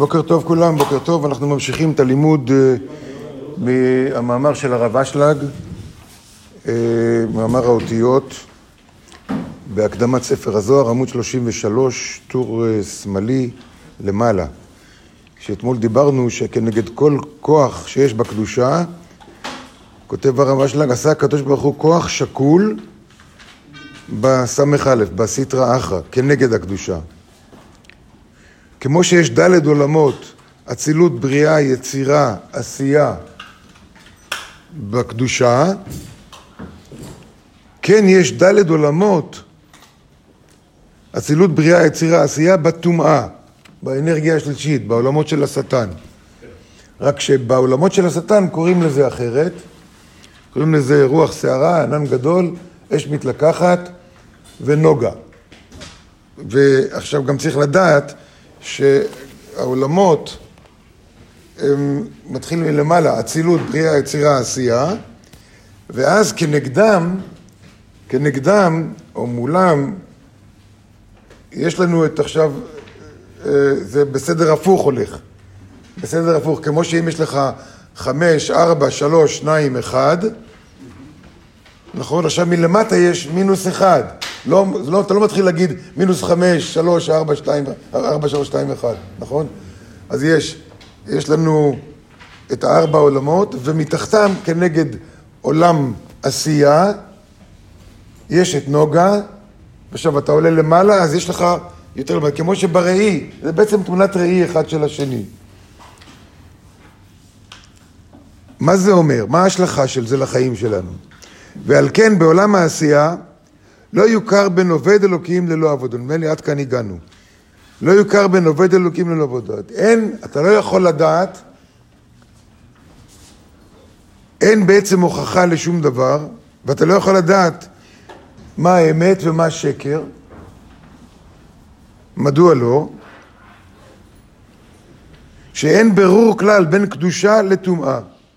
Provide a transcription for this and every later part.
בוקר טוב כולם, בוקר טוב. אנחנו ממשיכים את הלימוד מהמאמר של הרב אשלג, מאמר האותיות, בהקדמת ספר הזוהר, עמוד 33, טור שמאלי למעלה. כשאתמול דיברנו שכנגד כל כוח שיש בקדושה, כותב הרב אשלג, עשה הקדוש ברוך הוא כוח שקול בסמך א', בסטרא אחרא, כנגד הקדושה. כמו שיש ד' עולמות, אצילות, בריאה, יצירה, עשייה בקדושה, כן יש ד' עולמות, אצילות, בריאה, יצירה, עשייה בטומאה, באנרגיה השלישית, בעולמות של השטן. רק שבעולמות של השטן קוראים לזה אחרת, קוראים לזה רוח שערה, ענן גדול, אש מתלקחת ונוגה. ועכשיו גם צריך לדעת שהעולמות הם מתחילים מלמעלה, אצילות, בריאה, יצירה, עשייה, ואז כנגדם או מולם, יש לנו את עכשיו, זה בסדר הפוך הולך, בסדר הפוך, כמו שאם יש לך 5, 4, 3, 2, 1, נכון? עכשיו מלמטה יש מינוס 1, אתה לא מתחיל להגיד מינוס 5, 3, 4, 3, 2, 1, נכון? אז יש לנו את 4 עולמות, ומתחתם כנגד עולם עשייה, יש את נוגה, ועכשיו אתה עולה למעלה, אז יש לך יותר למעלה, כמו שבראי, זה בעצם תמונת ראי אחד של השני. מה זה אומר? מה ההשלכה של זה לחיים שלנו? ועל כן בעולם העשייה, לא יוכר בין עובד אלוקים ללא עבודה. נדמה לי, עד כאן הגענו. לא יוכר בין עובד אלוקים ללא עבודה. אתה לא יכול לדעת, אין בעצם הוכחה לשום דבר, ואתה לא יכול לדעת מה האמת ומה השקר. מדוע לא? שאין ברור כלל בין קדושה לטומאה.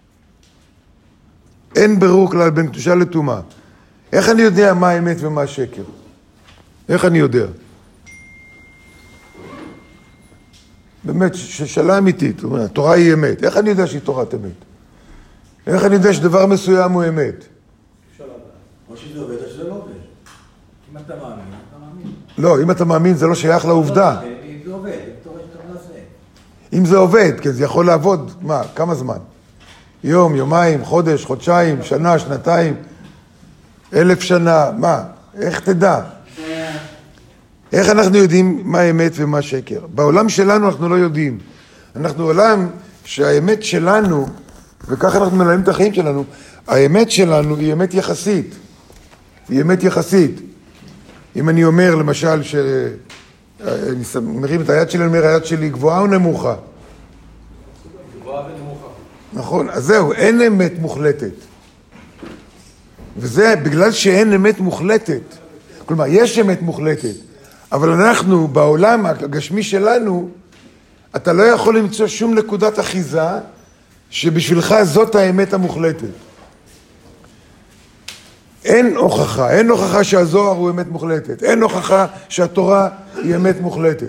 אין ברור כלל בין קדושה לטומאה. איך אני יודע מה האמת ומה השקר? איך אני יודע? באמת, שאלה אמיתית. התורה היא אמת. איך אני יודע שהיא תורת אמת? איך אני יודע שדבר מסוים הוא אמת? אפשר לדעת. או שזה עובד או שזה לא עובד. אם אתה מאמין, אתה מאמין. לא, אם אתה מאמין זה לא שייך לעובדה. אם זה עובד, אתה מנסה. אם זה עובד, כן, זה יכול לעבוד, מה, כמה זמן? יום, יומיים, חודש, חודשיים, שנה, שנתיים, 1000 שנה, מה? איך תדע? איך אנחנו יודעים מה האמת ומה שקר? בעולם שלנו אנחנו לא יודעים. אנחנו עולם שהאמת שלנו, וככה אנחנו מנהלים את החיים שלנו, האמת שלנו היא אמת יחסית. היא אמת יחסית. אם אני אומר למשל אני מרים את היד שלי, אני אומר, היד שלי גבוהה או נמוכה? גבוהה ונמוכה. נכון, אז זהו, אין אמת מוחלטת. וזה בגלל שאין אמת מוחלטת. כלומר, יש אמת מוחלטת, אבל אנחנו, בעולם הגשמי שלנו, אתה לא יכול למצוא שום נקודת אחיזה שבשבילך זאת האמת המוחלטת. אין הוכחה שהזוהר הוא אמת מוחלטת. אין הוכחה שהתורה היא אמת מוחלטת.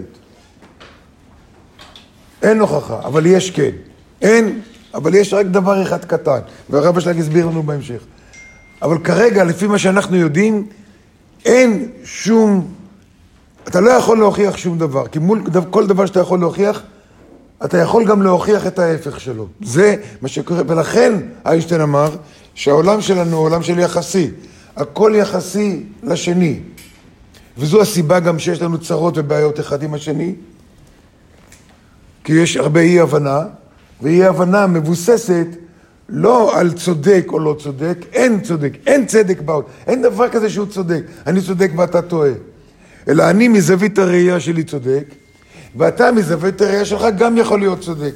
אין הוכחה, אבל יש כן. אבל יש רק דבר אחד קטן, והרב אשלג הסביר לנו בהמשך. אבל כרגע, לפי מה שאנחנו יודעים, אין שום, אתה לא יכול להוכיח שום דבר, כי מול כל דבר שאתה יכול להוכיח, אתה יכול גם להוכיח את ההפך שלו. זה מה שקורה, ולכן איינשטיין אמר שהעולם שלנו הוא עולם של יחסי. הכל יחסי לשני. וזו הסיבה גם שיש לנו צרות ובעיות אחד עם השני, כי יש הרבה אי הבנה, ואי הבנה מבוססת לא על צודק או לא צודק, אין צודק, אין צדק בעולם, אין דבר כזה שהוא צודק, אני צודק ואתה טועה. אלא אני מזווית הראייה שלי צודק, ואתה מזווית הראייה שלך גם יכול להיות צודק.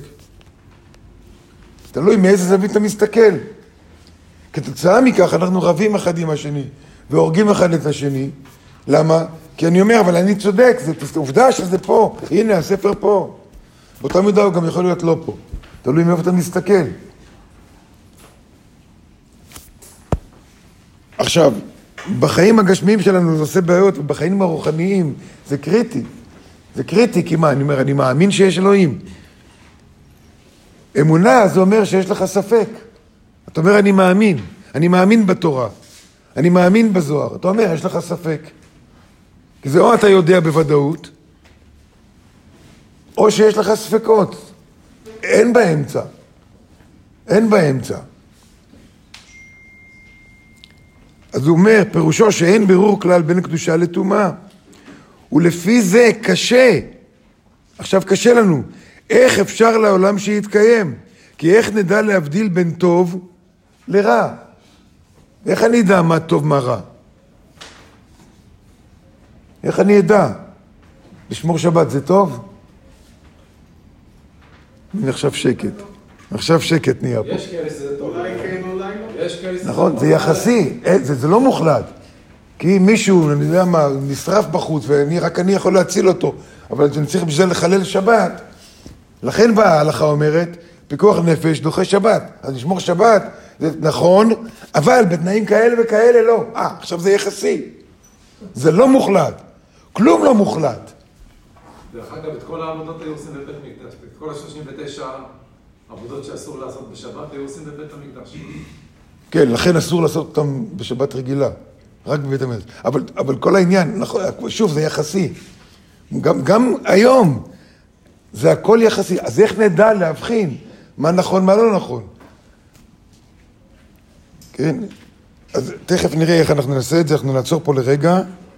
תלוי מאיזה זווית אתה מסתכל. כתוצאה מכך אנחנו רבים אחד עם השני, והורגים אחד את השני. למה? כי אני אומר, אבל אני צודק, זה עובדה שזה פה, הנה הספר פה. באותה מידה הוא גם יכול להיות לא פה. תלוי מאיפה אתה מסתכל. עכשיו, בחיים הגשמיים שלנו זה עושה בעיות, ובחיים הרוחניים זה קריטי. זה קריטי, כי מה? אני אומר, אני מאמין שיש אלוהים. אמונה זה אומר שיש לך ספק. אתה אומר, אני מאמין בתורה, אני מאמין בזוהר. אתה אומר, יש לך ספק. כי זה או אתה יודע בוודאות, או שיש לך ספקות. אין באמצע. אין באמצע. אז הוא אומר, פירושו שאין בירור כלל בין קדושה לטומאה. ולפי זה קשה. עכשיו קשה לנו. איך אפשר לעולם שיתקיים? כי איך נדע להבדיל בין טוב לרע? איך אני אדע מה טוב מה רע? איך אני אדע? לשמור שבת זה טוב? הנה עכשיו שקט. עכשיו שקט נהיה פה. יש כאלה שזה טוב. אולי כן, אולי לא. יש כאלה שזה טוב. נכון, זה יחסי. זה לא מוחלט. כי אם מישהו, אני יודע מה, נשרף בחוץ, ורק אני יכול להציל אותו, אבל אני צריך בשביל לחלל שבת. לכן באה ההלכה אומרת, פיקוח נפש דוחה שבת. אז לשמור שבת, זה נכון, אבל בתנאים כאלה וכאלה לא. עכשיו זה יחסי. זה לא מוחלט. כלום לא מוחלט. דרך אגב, את כל העבודות היו עושים בבית המקדש. את כל ה-39 עבודות שאסור לעשות בשבת היו עושים בבית המקדש. כן, לכן אסור לעשות אותם בשבת רגילה. רק בבית המקדש. אבל כל העניין, נכון, שוב, זה יחסי. גם היום, זה הכל יחסי. אז איך נדע להבחין מה נכון, מה לא נכון? כן? אז תכף נראה איך אנחנו נעשה את זה, אנחנו נעצור פה לרגע.